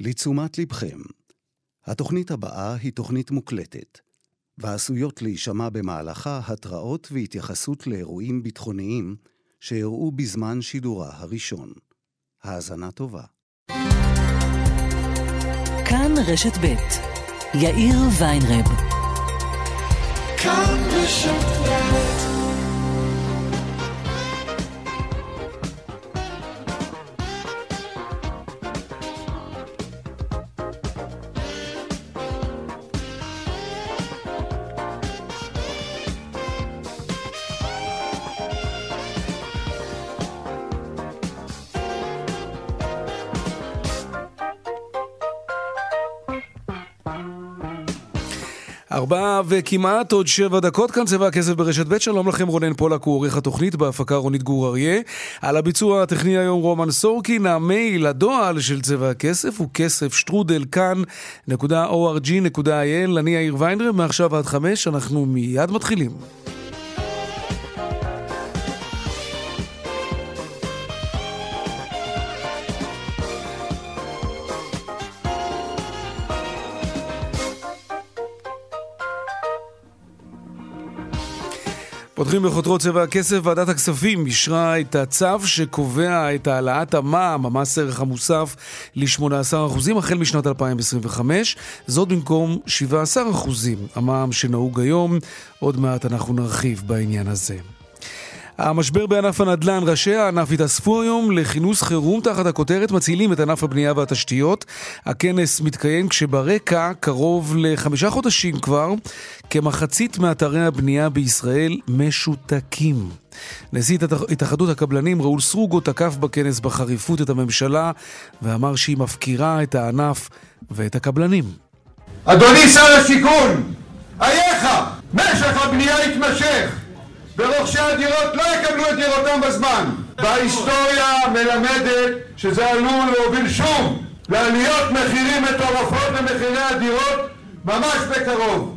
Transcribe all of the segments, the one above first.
לתשומת לבכם. התוכנית הבאה היא תוכנית מוקלטת, ועשויות להישמע במהלכה התראות והתייחסות לאירועים ביטחוניים שאירעו בזמן שידורה הראשון. האזנה טובה. כאן רשת ב' יאיר ויינרב. כאן רשת ב'. ארבע וכמעט עוד 7 דקות, כאן צבע הכסף ברשת ב'. שלום לכם, רונן פולק הוא עורך התוכנית, בהפקה רונית גור אריה. על הביצוע הטכני היום רומן סורקין. המייל הדואל של צבע הכסף הוא כסף@כאן.org.il. אני יאיר ויינרב, מעכשיו עד 5, אנחנו מיד מתחילים. פותחים בחותרות צבע הכסף. ועדת הכספים אישרה את הצו שקובע את העלאת המע"מ, המס ערך המוסף, ל-18% החל משנת 2025. זאת במקום 17% המע"מ שנהוג היום. עוד מעט אנחנו נרחיב בעניין הזה. המשבר בענף הנדל"ן, ראשי הענף התאספו היום לכינוס חירום תחת הכותרת מצילים את ענף הבנייה והתשתיות. הכנס מתקיים כשברקע קרוב ל5 חודשים כבר כמחצית מאתרי הבנייה בישראל משותקים. נשיא התאחדות הקבלנים ראול סרוגו תקף בכנס בחריפות את הממשלה ואמר שהיא מפקירה את הענף ואת הקבלנים. אדוני שר השיכון, אייך משך הבנייה יתמשך ורוכשי הדירות לא יקבלו את דירותם בזמן. בהיסטוריה מלמדת שזה עלול להוביל שוב לעליות מחירים מטורפות במחירי הדירות ממש בקרוב.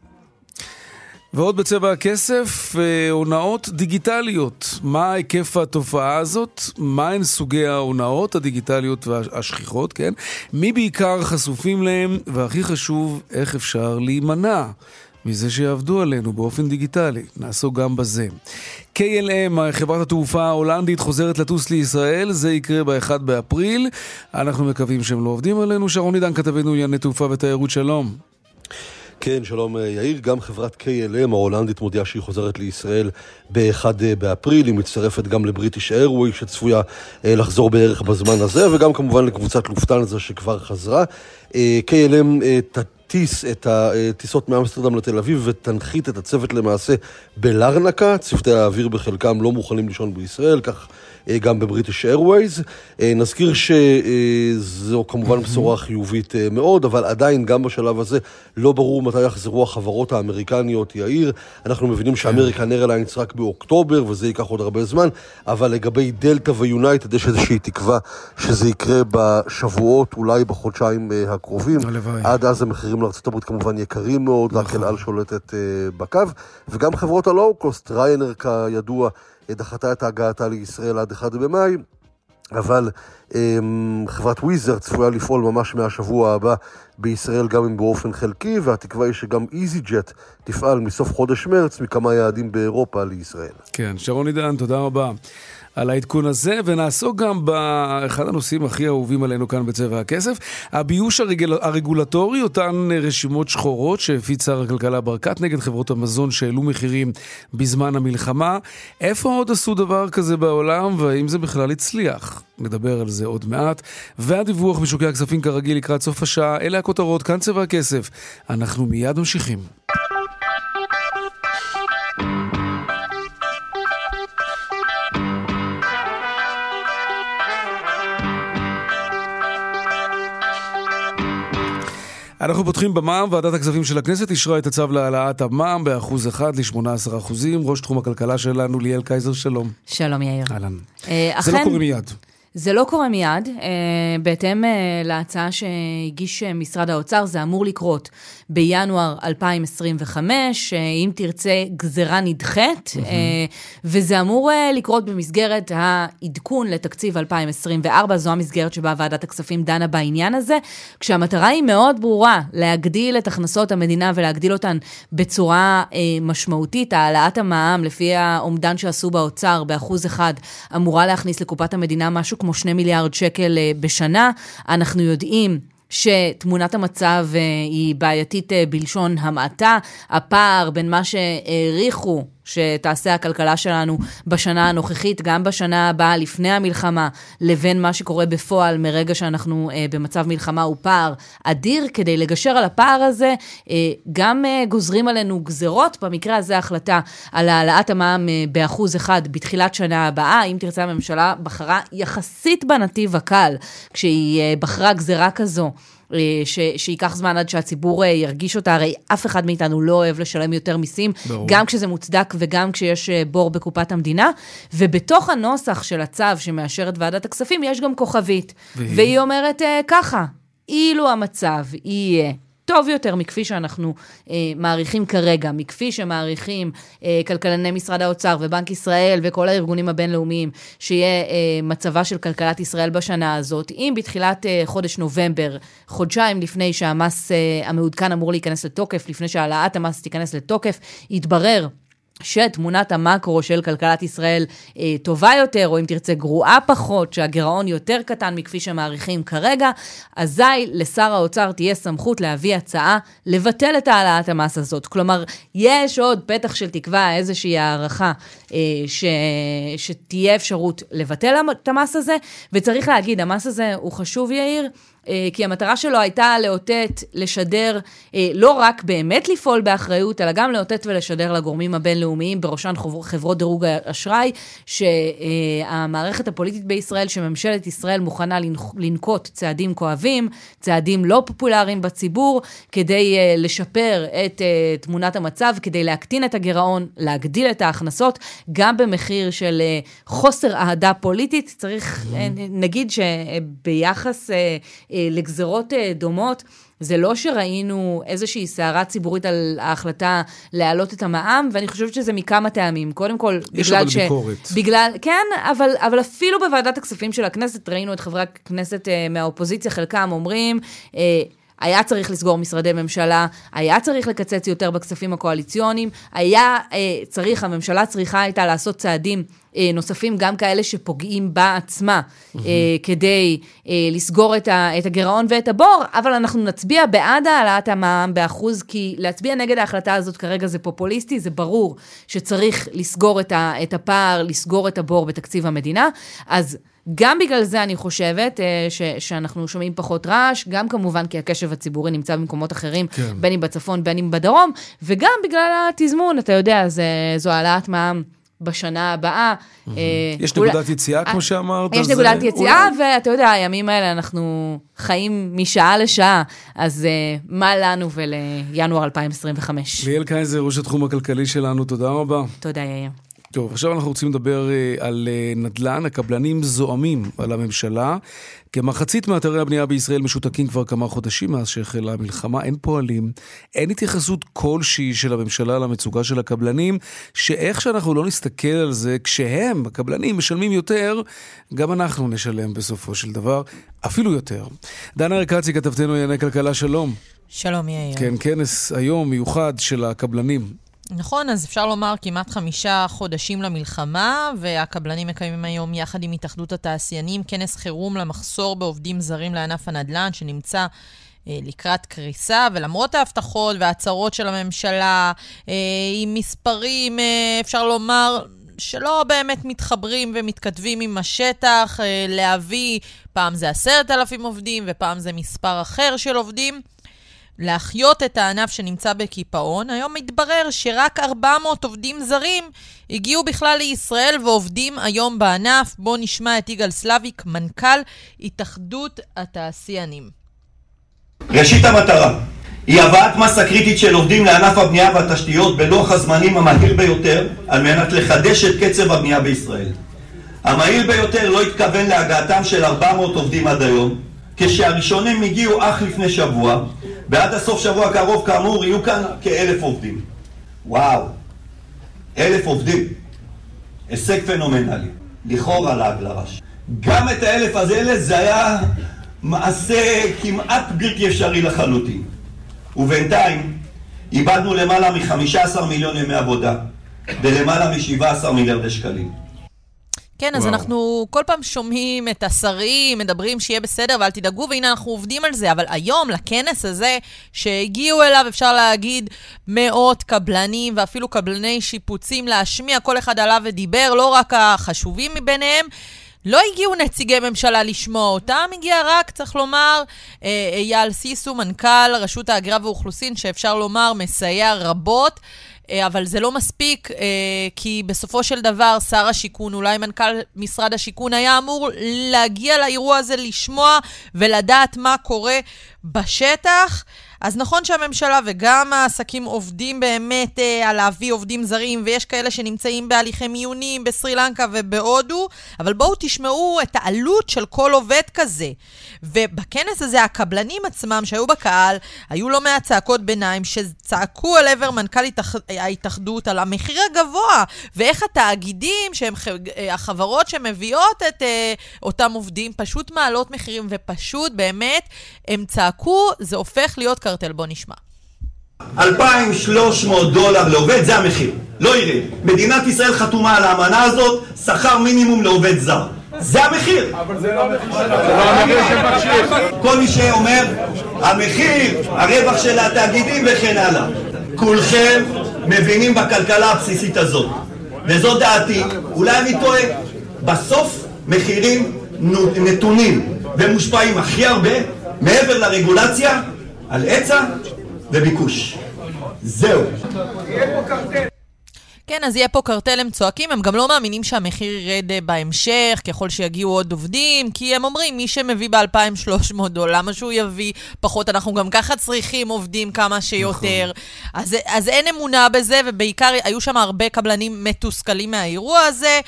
ועוד בצבע הכסף, הונאות דיגיטליות. מה היקף התופעה הזאת? מה הן סוגי ההונאות הדיגיטליות והשכיחות, כן? מי בעיקר חשופים להם? והכי חשוב, איך אפשר להימנע מזה שיעבדו עלינו באופן דיגיטלי. נעסוק גם בזה. KLM, חברת התעופה ההולנדית, חוזרת לטוס לישראל. זה יקרה ב-1 באפריל. אנחנו מקווים שהם לא עובדים עלינו. שרון עידן, כתבנו ענייני תעופה ותיירות, שלום. כן, שלום יאיר. גם חברת KLM ההולנדית מודיעה שהיא חוזרת לישראל ב-1 באפריל. היא מצטרפת גם לבריטיש איירווייז שצפויה לחזור בערך בזמן הזה, וגם כמובן לקבוצת לופטהנזה שכבר חזרה. KLM תטיס את הטיסות מאמסטרדם לתל אביב ותנחית את הצוות למעשה בלרנקה. צוותי האוויר בחלקם לא מוכנים לישון בישראל, כך גם בבריטיש איירווייז. נזכיר שזו כמובן בשורה חיובית מאוד, אבל עדיין גם בשלב הזה לא ברור מתי יחזרו החברות האמריקניות. יאיר, אנחנו מבינים שאמריקן איירליינס רק באוקטובר וזה ייקח עוד הרבה זמן, אבל לגבי דלטה ויונייטד יש איזושהי תקווה שזה יקרה בשבועות, אולי בחודשיים הקרובים. עד אז המחירים לארצות הברית כמובן יקרים מאוד, רק אל על שולטת בקו, וגם חברות הלואו-קוסט, ריינר כידוע דחתה את הגעתה לישראל עד 1 במאי, אבל חברת וויזר צפויה לפעול ממש מהשבוע הבא בישראל גם אם באופן חלקי, והתקווה היא שגם EasyJet תפעל מסוף חודש מרץ מכמה יעדים באירופה לישראל. כן, שרון עידן, תודה רבה על העדכון הזה, ונעסוק גם באחד הנושאים הכי אהובים עלינו כאן בצבע הכסף, הביוש הרגולטורי, אותן רשימות שחורות שהפיץ שר הכלכלה ברקת נגד חברות המזון שהעלו מחירים בזמן המלחמה. איפה עוד עשו דבר כזה בעולם, והאם זה בכלל הצליח? נדבר על זה עוד מעט. והדיווח בשוקי הכספים כרגיל לקראת סוף השעה. אלה הכותרות, כאן צבע הכסף. אנחנו מיד ממשיכים. אנחנו פותחים במע"מ. ועדת הכספים של הכנסת אישרה את הצו להעלאת המע"מ ב1% ל-18%. ראש תחום הכלכלה שלנו ליאל קייזר, שלום. שלום יאיר. אהלן. זה לא קורה מיד. זה לא קורה מיד, בהתאם להצעה שהגיש משרד האוצר, זה אמור לקרות בינואר 2025, אם תרצה גזרה נדחית, וזה אמור לקרות במסגרת העדכון לתקציב 2024, זו המסגרת שבה ועדת הכספים דנה בעניין הזה, כשהמטרה היא מאוד ברורה, להגדיל את הכנסות המדינה ולהגדיל אותן בצורה משמעותית, העלאת המע"מ לפי העומדן שעשו באוצר ב1% אמורה להכניס לקופת המדינה משהו כמו 2 מיליארד שקל בשנה. אנחנו יודעים שתמונת המצב היא בעייתית בלשון המעטה, הפער בין מה שהעריכו שתעשה הכלכלה שלנו בשנה הנוכחית, גם בשנה הבאה לפני המלחמה, לבין מה שקורה בפועל מרגע שאנחנו במצב מלחמה, הוא פער אדיר. כדי לגשר על הפער הזה, גם גוזרים עלינו גזרות, במקרה הזה החלטה על העלאת המע"מ ב1% בתחילת שנה הבאה. אם תרצה, הממשלה בחרה יחסית בנתיב הקל, כשהיא בחרה גזרה כזו, שיקח זמן עד שהציבור ירגיש אותה, הרי אף אחד מאיתנו לא אוהב לשלם יותר מיסים, גם כשזה מוצדק וגם כשיש בור בקופת המדינה, ובתוך הנוסח של הצו שמאשר את ועדת הכספים, יש גם כוכבית, והיא אומרת ככה, אילו המצב יהיה טוב יותר מכפי שאנחנו מעריכים כרגע, מכפי שמעריכים כלכלני משרד האוצר ובנק ישראל וכל הארגונים הבינלאומיים, שיהיה מצבה של כלכלת ישראל בשנה הזאת, אם בתחילת חודש נובמבר, חודשיים לפני שהמס המעודכן אמור להיכנס לתוקף, לפני שהעלאת המס תיכנס לתוקף, יתברר שתמונת המקרו של כלכלת ישראל טובה יותר, או אם תרצה גרועה פחות, שהגירעון יותר קטן מכפי שמעריכים כרגע, אזי לשר האוצר תהיה סמכות להביא הצעה לבטל את העלאת המס הזאת. כלומר, יש עוד פתח של תקווה, איזושהי הערכה, שתהיה אפשרות לבטל את המס הזה, וצריך להגיד, המס הזה הוא חשוב, יאיר, כי המטרה שלו הייתה לאותת, לשדר, לא רק באמת לפעול באחריות, אלא גם לאותת ולשדר לגורמים הבינלאומיים, בראשן חברות דירוג אשראי, שהמערכת הפוליטית בישראל, שממשלת ישראל מוכנה לנקוט צעדים כואבים, צעדים לא פופולריים בציבור, כדי לשפר את תמונת המצב, כדי להקטין את הגירעון, להגדיל את ההכנסות, גם במחיר של חוסר אהדה פוליטית. צריך, נגיד שביחס לגזרות דומות, זה לא שראינו איזושהי סערה ציבורית על ההחלטה להעלות את המע"מ, ואני חושבת שזה מכמה טעמים. קודם כל, בגלל בגלל, כן, אבל אפילו בוועדת הכספים של הכנסת, ראינו את חברי הכנסת מהאופוזיציה, חלקם אומרים, היה צריך לסגור משרדי ממשלה, היה צריך לקצץ יותר בכספים הקואליציוניים, הממשלה צריכה הייתה לעשות צעדים נוספים, גם כאלה שפוגעים בה עצמה, כדי לסגור את הגירעון ואת הבור, אבל אנחנו נצביע בעד העלאת המע"מ ב1%, כי להצביע נגד ההחלטה הזאת כרגע זה פופוליסטי, זה ברור שצריך לסגור את הפער, לסגור את הבור בתקציב המדינה, אז גם בגלל זה אני חושבת שאנחנו שומעים פחות רעש, גם כמובן כי הקשב הציבורי נמצא במקומות אחרים, בין אם בצפון, בין אם בדרום, וגם בגלל התזמון, אתה יודע, זו העלאת מע"מ בשנה הבאה. יש נקודת יציאה, כמו שאמרת. יש נקודת יציאה, ואתה יודע, הימים האלה אנחנו חיים משעה לשעה, אז מה לנו ולינואר 2025? ליאל קייזר, ראש התחום הכלכלי שלנו, תודה רבה. תודה, יאיר. טוב, עכשיו אנחנו רוצים לדבר על נדל"ן. הקבלנים זועמים על הממשלה. כמחצית מאתרי הבנייה בישראל משותקים כבר כמה חודשים מאז שהחלה המלחמה. אין פועלים, אין התייחסות כלשהי של הממשלה למצוקה של הקבלנים, שאיך שאנחנו לא נסתכל על זה, כשהם, הקבלנים, משלמים יותר, גם אנחנו נשלם בסופו של דבר, אפילו יותר. דנה רקצי, כתבתנו לענייני כלכלה, שלום. שלום, יאיר. כן, כנס היום מיוחד של הקבלנים. נכון, אז אפשר לומר כמעט 5 חודשים למלחמה, והקבלנים מקיימים היום יחד עם התאחדות התעשיינים כנס חירום למחסור בעובדים זרים לענף הנדל"ן, שנמצא לקראת קריסה, ולמרות ההבטחות וההצהרות של הממשלה, עם מספרים, אפשר לומר, שלא באמת מתחברים ומתכתבים עם השטח, להביא, פעם זה 10,000 עובדים, ופעם זה מספר אחר של עובדים, להחיות את הענף שנמצא בקיפאון. היום מתברר שרק 400 עובדים זרים הגיעו בכלל לישראל ועובדים היום בענף. בואו נשמע את יגאל סלאביק, מנכ"ל התאחדות התעשיינים. ראשית המטרה היא הבאת מסה קריטית של עובדים לענף הבנייה והתשתיות בלוח הזמנים המהיר ביותר, על מנת לחדש את קצב הבנייה בישראל. המהיר ביותר לא התכוון להגעתם של 400 עובדים עד היום, כשהראשונים הגיעו אך לפני שבוע, ועד הסוף שבוע קרוב כאמור יהיו כאן כ1,000 עובדים. וואו, 1,000 עובדים. הישג פנומנלי. לכאורה לעג לרש. גם את 1,000 הזה זה היה מעשה כמעט בלתי אפשרי לחלוטין. ובינתיים איבדנו למעלה מ-15 מיליון ימי עבודה, ולמעלה מ-17 מיליארד שקלים. כן, אז אנחנו כל פעם שומעים את השרים, מדברים שיהיה בסדר, ואל תדאגו, והנה אנחנו עובדים על זה, אבל היום, לכנס הזה, שהגיעו אליו, אפשר להגיד, מאות קבלנים, ואפילו קבלני שיפוצים להשמיע, כל אחד עליו ודיבר, לא רק החשובים מביניהם, לא הגיעו נציגי ממשלה לשמוע אותם, הגיע רק, צריך לומר, אייל סיסו, מנכ"ל רשות ההגירה והאוכלוסין, שאפשר לומר, מסייע רבות, אבל זה לא מספיק, כי בסופו של דבר שר השיכון, אולי מנכ"ל משרד השיכון, היה אמור להגיע לאירוע הזה, לשמוע ולדעת מה קורה בשטח. אז נכון שהממשלה וגם העסקים עובדים באמת על להביא עובדים זרים, ויש כאלה שנמצאים בהליכי מיונים בסרי לנקה ובהודו, אבל בואו תשמעו את העלות של כל עובד כזה. ובכנס הזה הקבלנים עצמם שהיו בקהל, היו לא מעט צעקות ביניים שצעקו על עבר מנכ"ל ההתאחדות על המחיר הגבוה, ואיך התאגידים, שהם החברות שמביאות את אותם עובדים, פשוט מעלות מחירים, ופשוט באמת הם צעקו, זה הופך להיות קרטל. בוא נשמע. $2,300 לעובד, זה המחיר. לא ירד. מדינת ישראל חתומה על האמנה הזאת, שכר מינימום לעובד זר. זה המחיר. אבל זה לא המחיר. כל מי שאומר, המחיר, הרווח של התאגידים וכן הלאה. כולכם מבינים בכלכלה הבסיסית הזאת. וזו דעתי, אולי אני טועה. בסוף מחירים נתונים ומושפעים הכי הרבה, מעבר לרגולציה, על היצע וביקוש. זהו. יהיה פה קרטל. כן, אז יהיה פה קרטל, הם צועקים, הם גם לא מאמינים שהמחיר ירד בהמשך, ככל שיגיעו עוד עובדים, כי הם אומרים, מי שמביא $2,300, למה שהוא יביא פחות, אנחנו גם ככה צריכים עובדים כמה שיותר, אז אין אמונה בזה, ובעיקר היו שם הרבה קבלנים מתוסכלים מהאירוע הזה,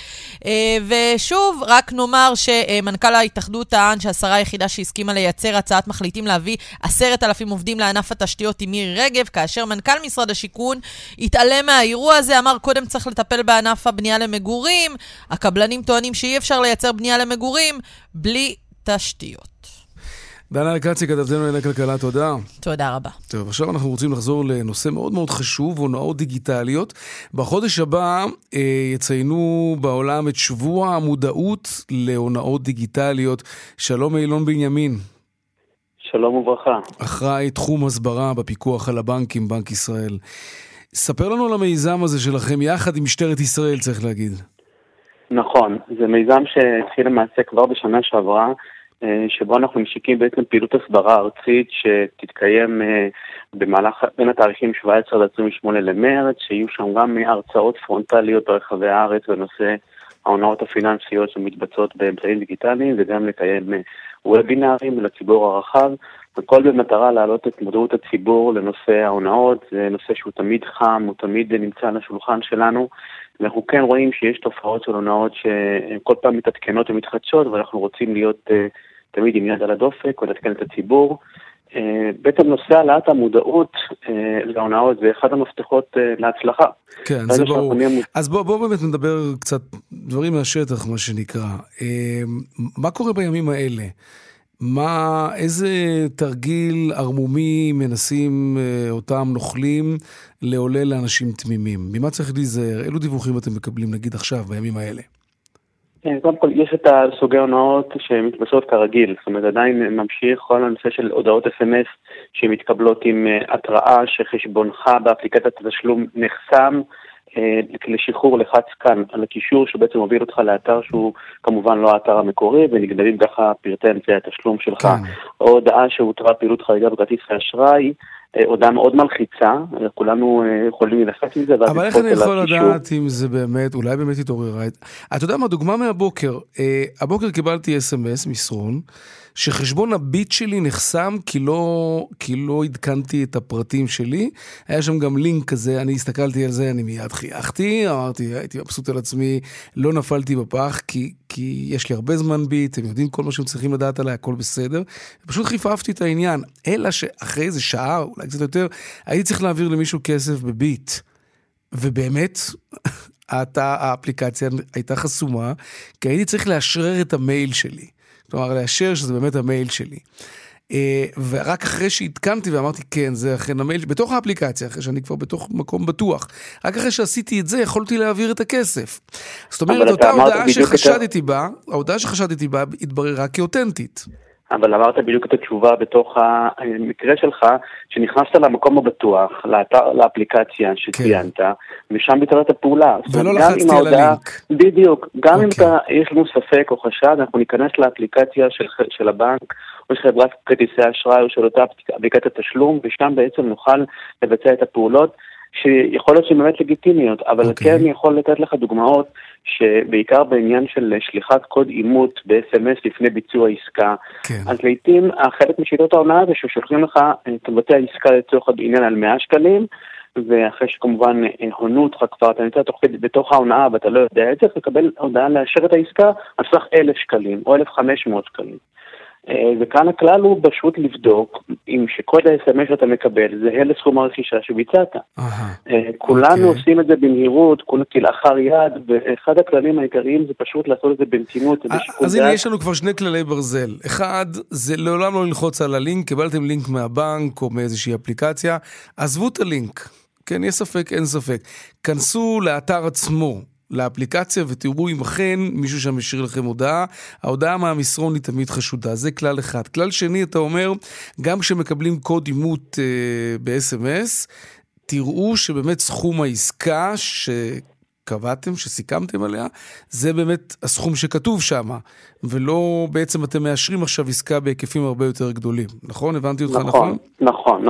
ושוב, רק נאמר שמנכ"ל ההתאחדות טען שהשרה היחידה שהסכימה לייצר הצעת מחליטים להביא 10,000 עובדים לענף התשתיות עם מירי רגב, כאשר מנכ"ל משרד השיכון התעלם מהאירוע הזה, אמר קודם צריך לטפל בענף הבנייה למגורים, הקבלנים טוענים שאי אפשר לייצר בנייה למגורים בלי תשתיות. דנה לקצי, כתבתנו לענייני כלכלה, תודה. תודה רבה. טוב, עכשיו אנחנו רוצים לחזור לנושא מאוד מאוד חשוב, הונאות דיגיטליות. בחודש הבא יציינו בעולם את שבוע המודעות להונאות דיגיטליות. שלום אילון בנימין. שלום וברכה. אחראי תחום הסברה בפיקוח על הבנקים, בנק ישראל. ספר לנו על המיזם הזה שלכם, יחד עם משטרת ישראל, צריך להגיד. נכון, זה מיזם שהתחיל למעשה כבר בשנה שעברה, שבו אנחנו משיקים בעצם פעילות הסברה ארצית שתתקיים במהלך בין התאריכים 17 עד 28 למרץ, שיהיו שם גם הרצאות פרונטליות ברחבי הארץ בנושא ההונאות הפיננסיות שמתבצעות באמצעים דיגיטליים, וגם לקיים וובינרים לציבור הרחב, הכל במטרה להעלות את מודעות הציבור לנושא ההונאות. זה נושא שהוא תמיד חם, הוא תמיד נמצא על השולחן שלנו, ואנחנו כן רואים שיש תופעות של הונאות שכל פעם מתעדכנות ומתחדשות, ואנחנו רוצים להיות תמיד עם יד על הדופק ולעדכן את הציבור. בעצם נושא העלאת המודעות להונאות זה אחד המפתחות להצלחה. כן, זה ברור. אז בוא באמת נדבר קצת דברים מהשטח, מה שנקרא. מה קורה בימים האלה? איזה תרגיל ערמומי מנסים אותם נוכלים לעולה לאנשים תמימים? ממה צריך להיזהר? אילו דיווחים אתם מקבלים נגיד עכשיו בימים האלה? קודם כל, יש את הסוגי הונאות שמתבצעות כרגיל, זאת אומרת עדיין ממשיך כל הנושא של הודעות SMS שמתקבלות עם התראה שחשבונך באפליקציית התשלום נחסם, לשחרור לחץ כאן על הקישור שבעצם מוביל אותך לאתר שהוא כמובן לא האתר המקורי, ונגדלים ככה פרטי אמצעי התשלום שלך. או הודעה שהותרה פעילות חריגה בכרטיס האשראי, הודעה מאוד מלחיצה, כולנו יכולים ללחץ עם זה. אבל איך אני יכול לדעת אם זה באמת, אולי באמת התעוררה? אתה יודע מה, דוגמה מהבוקר, הבוקר קיבלתי SMS מסרון, שחשבון הביט שלי נחסם כי לא עדכנתי את הפרטים שלי, היה שם גם לינק כזה, אני הסתכלתי על זה, אני מיד חייכתי, אמרתי, הייתי מבסוט על עצמי, לא נפלתי בפח, כי יש לי הרבה זמן ביט, הם יודעים כל מה שהם צריכים לדעת עליי, הכל בסדר. פשוט חיפפתי את העניין, אלא שאחרי איזה שעה, אולי קצת יותר, הייתי צריך להעביר למישהו כסף בביט. ובאמת, האפליקציה הייתה חסומה, כי הייתי צריך לאשרר את המייל שלי. כלומר, לאשר שזה באמת המייל שלי. ורק אחרי שהתקנתי ואמרתי, כן, זה אכן המייל, בתוך האפליקציה, אחרי שאני כבר בתוך מקום בטוח, רק אחרי שעשיתי את זה, יכולתי להעביר את הכסף. זאת אומרת, אותה ההודעה שחשדתי בה, התבררה כאותנטית. אבל אמרת בדיוק את התשובה בתוך המקרה שלך, שנכנסת למקום הבטוח, לאפליקציה שציינת, ושם ביטלת הפעולה. ולא לחצתי על הלינק. בדיוק. גם אם יש לנו ספק או חשד, אנחנו ניכנס לאפליקציה של הבנק, או של חברת כרטיסי אשראי, או של אותה אפליקציית תשלום, ושם בעצם נוכל לבצע את הפעולות, שיכול להיות שהן באמת לגיטימיות, אבל כן יכול לתת לך דוגמאות שבעיקר בעניין של שליחת קוד אימות ב-SMS לפני ביצוע עסקה. אז לעתים חלק משיטות ההונאה זה ששולחים לך תבצע עסקה לצורך העניין על 100 שקלים, ואחרי שכמובן הונו אותך כבר, אתה נמצא בתוך ההונאה ואתה לא יודע את זה, לקבל הודעה לאשר את העסקה על סך 1,000 שקלים או 1,500 שקלים. וכאן הכלל הוא פשוט לבדוק אם שקוד ה-SMS שאתה מקבל זה לסכום הרכישה שביצעת. כולנו עושים את זה במהירות, כלאחר יד, ואחד הכללים העיקריים זה פשוט לעשות את זה במתינות. אז הנה יש לנו כבר שני כללי ברזל. אחד, זה לעולם לא ללחוץ על הלינק, קיבלתם לינק מהבנק או מאיזושהי אפליקציה, עזבו את הלינק. כן, יש ספק, אין ספק. כנסו לאתר עצמו, לאפליקציה, ותראו אם אכן מישהו שם משאיר לכם הודעה. ההודעה מהמסרון היא תמיד חשודה. זה כלל אחד. כלל שני, אתה אומר, גם כשמקבלים קוד אימות ב-SMS, תראו שבאמת סכום העסקה שקבעתם, שסיכמתם עליה, זה באמת הסכום שכתוב שם, ולא בעצם אתם מאשרים עכשיו עסקה בהיקפים הרבה יותר גדולים. נכון? הבנתי אותך נכון? נכון.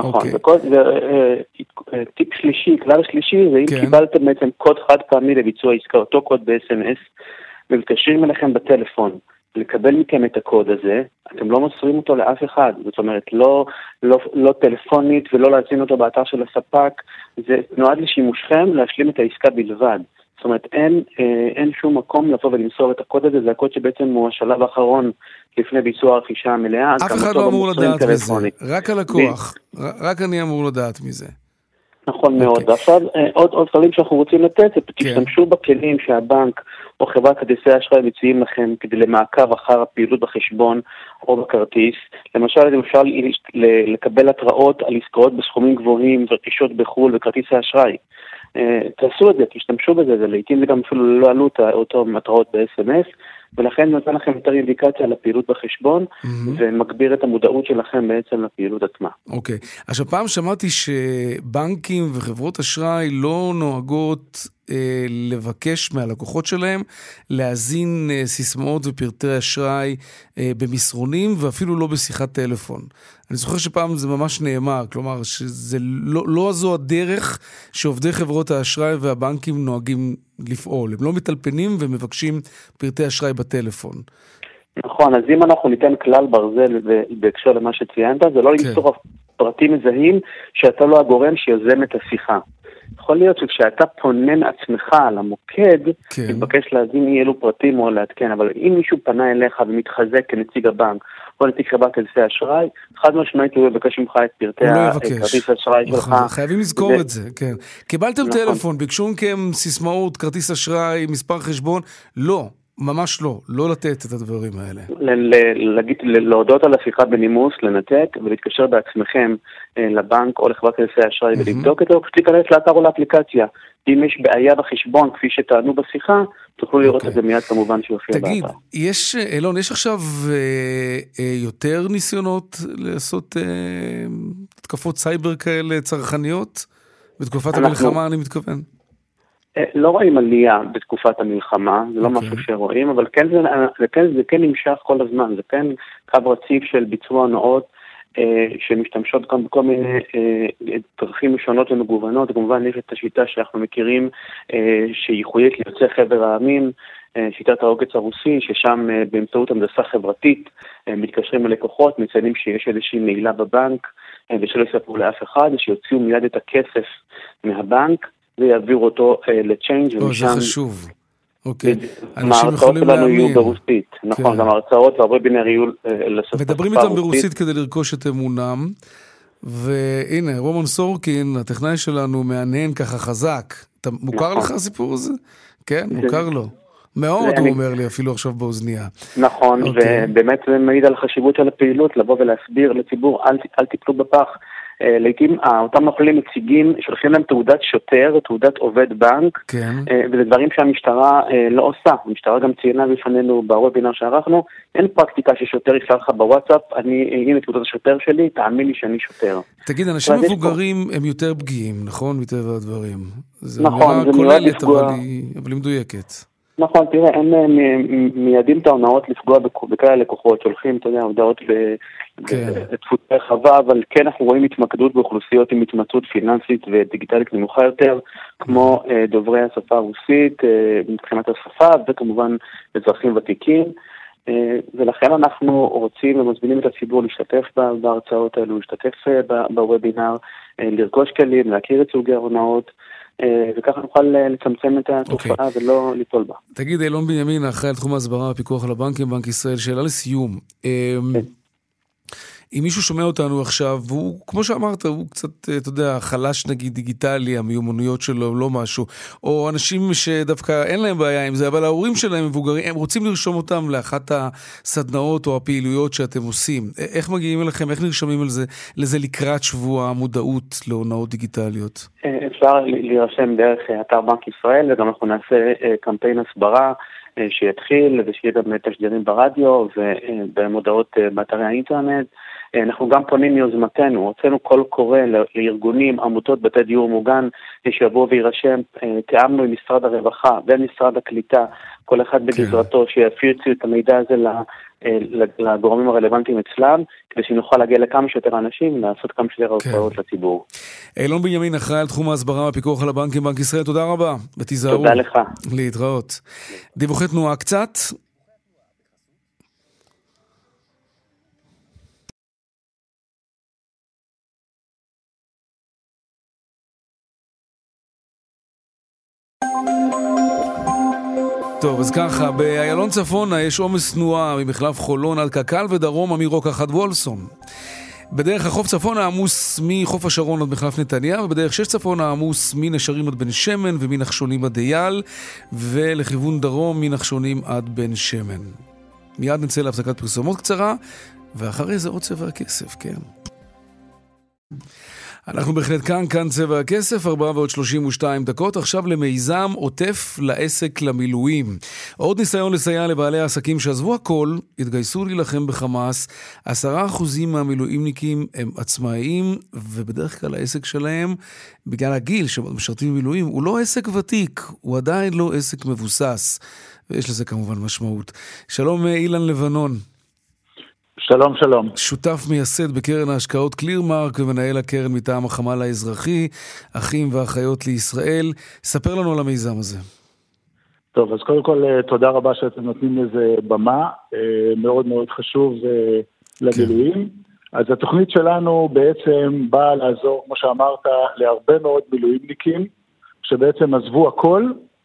טיפ שלישי, כלל שלישי, זה אם קיבלתם בעצם קוד חד פעמי לביצוע עסקה, אותו קוד ב-SMS, ומתקשרים אליכם בטלפון, לקבל מכם את הקוד הזה, אתם לא מוסרים אותו לאף אחד, זאת אומרת, לא טלפונית ולא להזין אותו באתר של הספק, זה נועד לשימושכם להשלים את העסקה בלבד. זאת אומרת, אין שום מקום לבוא ולמסור את הקוד הזה, זה הקוד שבעצם הוא השלב האחרון לפני ביצוע הרכישה המלאה. אף אחד לא אמור לדעת מזה, רק הלקוח, רק אני אמור לדעת מזה. נכון מאוד, ועכשיו עוד כללים שאנחנו רוצים לתת, זה תשתמשו בכלים שהבנק או חברת כרטיסי אשראי מציעים לכם כדי למעקב אחר הפעילות בחשבון או בכרטיס. למשל, אפשר לקבל התראות על עסקאות בסכומים גבוהים ורכישות בחו"ל וכרטיסי אשראי. תעשו את זה, תשתמשו בזה, ולעיתים זה גם אפילו לא עלו אותו מטרות ב-SMS, ולכן נותן לכם יותר אינדיקציה לפעילות בחשבון, ומגביר את המודעות שלכם בעצם לפעילות עצמה. אוקיי. עכשיו פעם שמעתי שבנקים וחברות אשראי לא נוהגות לבקש מהלקוחות שלהם להזין סיסמאות ופרטי אשראי במסרונים, ואפילו לא בשיחת טלפון. אני זוכר שפעם זה ממש נאמר, כלומר שזה לא זו הדרך שעובדי חברות האשראי והבנקים נוהגים לפעול. הם לא מטלפנים ומבקשים פרטי אשראי בטלפון. נכון, אז אם אנחנו ניתן כלל ברזל בהקשר למה שציינת, זה לא למסור פרטים מזהים שאתה לא הגורם שיוזם את השיחה. יכול להיות שכשאתה פונן עצמך על המוקד, מתבקש להזין אי אלו פרטים או לעדכן, אבל אם מישהו פנה אליך ומתחזק כנציג הבנק, או נציג חברת כרטיסי אשראי, חד משמעית הוא יבקש ממך את פרטי כרטיס האשראי שלך. חייבים לזכור את זה, כן. קיבלתם טלפון, ביקשו מכם סיסמאות, כרטיס אשראי, מספר חשבון, לא. ממש לא לתת את הדברים האלה. להודות על השיחה בנימוס, לנתק ולהתקשר בעצמכם לבנק או לחברת כרטיסי אשראי ולבדוק את זה, או פשוט להיכנס לאתר או לאפליקציה. אם יש בעיה בחשבון, כפי שטענו בשיחה, תוכלו לראות את זה מיד כמובן שיופיע באתר. תגיד, אילון, יש עכשיו יותר ניסיונות לעשות תקפות סייבר כאלה צרכניות? בתקופת המלחמה אני מתכוון. לא רואים עלייה בתקופת המלחמה, זה לא משהו שרואים, אבל זה כן נמשך כל הזמן, זה כן קו רציף של ביצוע הונאות שמשתמשות גם בכל מיני דרכים שונות ומגוונות. כמובן יש את השיטה שאנחנו מכירים שהיא ייחודית ליוצאי חבר העמים, שיטת העוקץ הרוסי, ששם באמצעות הנדסה חברתית מתקשרים ללקוחות, מציינים שיש איזושהי נעילה בבנק ושלא יספרו לאף אחד, שיוציאו מיד את הכסף מהבנק ויעבירו אותו לצ'יינג' זה חשוב. אוקיי. אנשים יכולים להאמין. ההרצאות שלנו יהיו ברוסית. נכון, גם ההרצאות והוובינר יהיו לשפה הרוסית. מדברים איתם ברוסית כדי לרכוש את אמונם. והנה, רומן סורקין, הטכנאי שלנו, מעניין ככה חזק. מוכר לך הסיפור הזה? כן, מוכר לו. מאוד, הוא אומר לי, אפילו עכשיו באוזניה. נכון, ובאמת זה מעיד על החשיבות של הפעילות, לבוא ולהסביר לציבור, אל תיפלו בפח. לעתים אותם נוכלים מציגים, שולחים להם תעודת שוטר, תעודת עובד בנק, וזה דברים שהמשטרה לא עושה. המשטרה גם ציינה בפנינו בוובינר שערכנו, אין פרקטיקה ששוטר יפעל לך בוואטסאפ, הנה תעודת השוטר שלי, תאמין לי שאני שוטר. תגיד, אנשים מבוגרים הם יותר פגיעים, נכון? מטבע הדברים. נכון, זה כוללת, אבל היא מדויקת. נכון, תראה, הם מיידים את ההונאות לפגוע בכלל לקוחות, שולחים, אתה יודע, הודעות בתפוצה רחבה, אבל כן אנחנו רואים התמקדות באוכלוסיות עם התמצאות פיננסית ודיגיטלית נמוכה יותר, כמו דוברי השפה הרוסית, מבחינת השפה, וכמובן אזרחים ותיקים, ולכן אנחנו רוצים ומזמינים את הציבור להשתתף בהרצאות האלו, להשתתף בוובינר, לרכוש כלים, להכיר את סוגי ההונאות, וככה נוכל לצמצם את התופעה ולא ליפול בה. תגיד, אילון בנימין, אחראי על תחום ההסברה, הפיקוח על הבנקים, בנק ישראל, שאלה לסיום. אם מישהו שומע אותנו עכשיו, והוא, כמו שאמרת, הוא קצת, אתה יודע, חלש נגיד דיגיטלי, המיומנויות שלו, לא משהו, או אנשים שדווקא אין להם בעיה עם זה, אבל ההורים שלהם מבוגרים, הם רוצים לרשום אותם לאחת הסדנאות או הפעילויות שאתם עושים. איך מגיעים אליכם, איך נרשמים לזה לקראת שבוע המודעות להונאות דיגיטליות? אפשר להירשם דרך אתר בנק ישראל, וגם אנחנו נעשה קמפיין הסברה, שיתחיל, ושיהיה גם תשדירים ברדיו ובמודעות באתרי האינטרנט. אנחנו גם פונים מיוזמתנו, הוצאנו קול קורא לארגונים, עמותות, בתי דיור מוגן, שיבואו וירשם, תיאמנו עם משרד הרווחה ומשרד הקליטה, כל אחד בגזרתו, שיפיצו את המידע הזה לגורמים הרלוונטיים אצלם, כדי שנוכל להגיע לכמה שיותר אנשים, לעשות כמה שיותר הרצאות לציבור. אילון בנימין, אחראי על תחום ההסברה והפיקוח על הבנקים, בנק ישראל, תודה רבה, ותיזהרו. תודה לך. להתראות. דיווחי תנועה קצת. טוב, אז ככה, באיילון צפונה יש עומס תנועה ממחלף חולון עד קק"ל ודרום מרוקח עד וולסון. בדרך החוף צפונה עמוס מחוף השרון עד מחלף נתניה, ובדרך 6 צפונה עמוס מנשרים עד בן שמן ומנחשונים עד אייל, ולכיוון דרום מנחשונים עד בן שמן. מיד נצא להפסקת פרסומות קצרה, ואחרי זה עוד צבע הכסף, כן. אנחנו בהחלט כאן צבע הכסף, 4:32. עכשיו למיזם עוטף לעסק למילואים. עוד ניסיון לסייע לבעלי העסקים שעזבו הכל, התגייסו להילחם בחמאס. 10% מהמילואימניקים הם עצמאיים, ובדרך כלל העסק שלהם, בגלל הגיל שמשרתים במילואים, הוא לא עסק ותיק, הוא עדיין לא עסק מבוסס. ויש לזה כמובן משמעות. שלום אילן לבנון. שלום, שלום. שותף מייסד בקרן ההשקעות קלירמרק ומנהל הקרן מטעם החמ"ל האזרחי, אחים ואחיות לישראל. ספר לנו על המיזם הזה. טוב, אז קודם כל תודה רבה שאתם נותנים לזה במה, מאוד מאוד חשוב למילואים. אז התוכנית שלנו בעצם באה לעזור, כמו שאמרת, להרבה מאוד מילואימניקים, שבעצם עזבו הכל,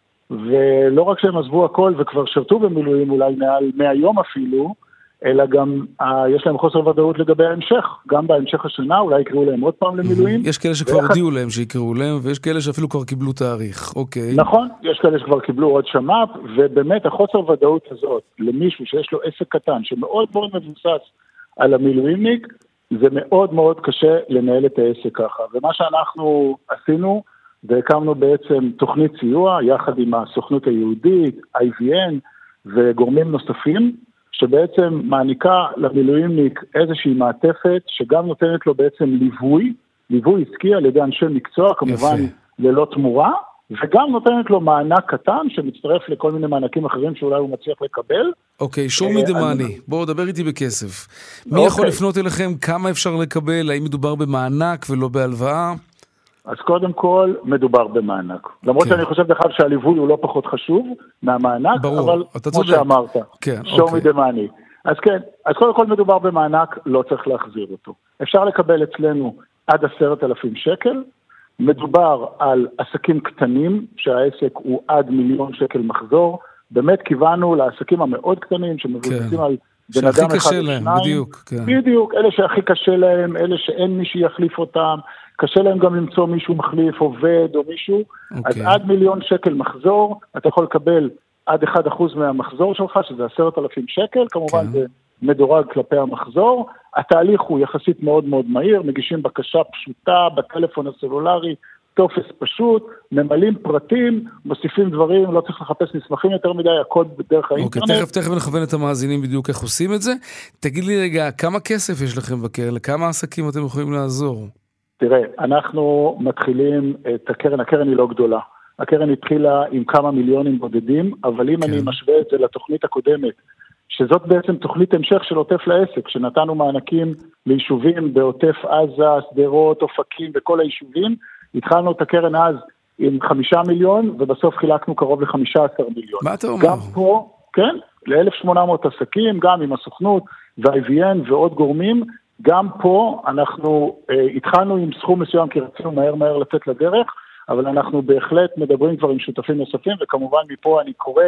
ולא רק שהם עזבו הכל וכבר שרתו במילואים אולי מעל 100 יום אפילו, אלא גם יש להם חוסר ודאות לגבי ההמשך. גם בהמשך השנה אולי יקראו להם עוד פעם למילואים. יש כאלה שכבר הודיעו להם שיקראו להם, ויש כאלה שאפילו כבר קיבלו תאריך. אוקיי. נכון, יש כאלה שכבר קיבלו עוד שמ"פ, ובאמת החוסר ודאות הזאת למישהו שיש לו עסק קטן, שמאוד מאוד מבוסס על המילואימניק, זה מאוד מאוד קשה לנהל את העסק ככה. ומה שאנחנו עשינו, והקמנו בעצם תוכנית סיוע, יחד עם הסוכנות היהודית, IVN וגורמים נוספים, שבעצם מעניקה למילואימניק איזושהי מעטפת, שגם נותנת לו בעצם ליווי עסקי על ידי אנשי מקצוע, כמובן ללא תמורה, וגם נותנת לו מענק קטן, שמצטרף לכל מיני מענקים אחרים שאולי הוא מצליח לקבל. אוקיי, show me the money. בואו דבר איתי בכסף. מי יכול לפנות אליכם? כמה אפשר לקבל? האם מדובר במענק ולא בהלוואה? אז קודם כל מדובר במענק. למרות שאני חושב בכלל שהליווי הוא לא פחות חשוב מהמענק, אבל כמו שאמרת, show me the money. אז כן, אז קודם כל מדובר במענק, לא צריך להחזיר אותו. אפשר לקבל אצלנו עד 10,000 שקל, מדובר על עסקים קטנים, שהעסק הוא עד 1,000,000 שקל מחזור, באמת כיוונו לעסקים המאוד קטנים, שמבוססים על בן אדם אחד או שניים. בדיוק, כן. בדיוק, אלה שהכי קשה להם, אלה שאין מי שיחליף אותם, קשה להם גם למצוא מישהו מחליף, עובד או מישהו, אז עד 1,000,000 שקל מחזור, אתה יכול לקבל עד 1% מהמחזור שלך, שזה 10,000 שקל, כמובן זה מדורג כלפי המחזור, התהליך הוא יחסית מאוד מאוד מהיר, מגישים בקשה פשוטה בטלפון הסלולרי, טופס פשוט, ממלאים פרטים, מוסיפים דברים, לא צריך לחפש מסמכים יותר מדי, הכל בדרך האינטרנט. אוקיי, תכף נכוון את המאזינים בדיוק איך עושים את זה. תגיד לי רגע, כמה כסף יש לכם בקרן? לכמה עסקים אתם יכולים לעזור? תראה, אנחנו מתחילים את הקרן היא לא גדולה. הקרן התחילה עם כמה מיליונים בודדים, אבל אם אני משווה את זה לתוכנית הקודמת, שזאת בעצם תוכנית המשך של עוטף לעסק, שנתנו מענקים ליישובים בעוטף עזה, שדרות, אופקים וכל היישובים, התחלנו את הקרן אז עם 5 מיליון, ובסוף חילקנו קרוב ל-15 מיליון. מה אתה אומר? גם פה, כן, ל-1,800 עסקים, גם עם הסוכנות וה-IVN ועוד גורמים, גם פה אנחנו התחלנו עם סכום מסוים, כי רצינו מהר לצאת לדרך, אבל אנחנו בהחלט מדברים כבר עם שותפים נוספים, וכמובן מפה אני קורא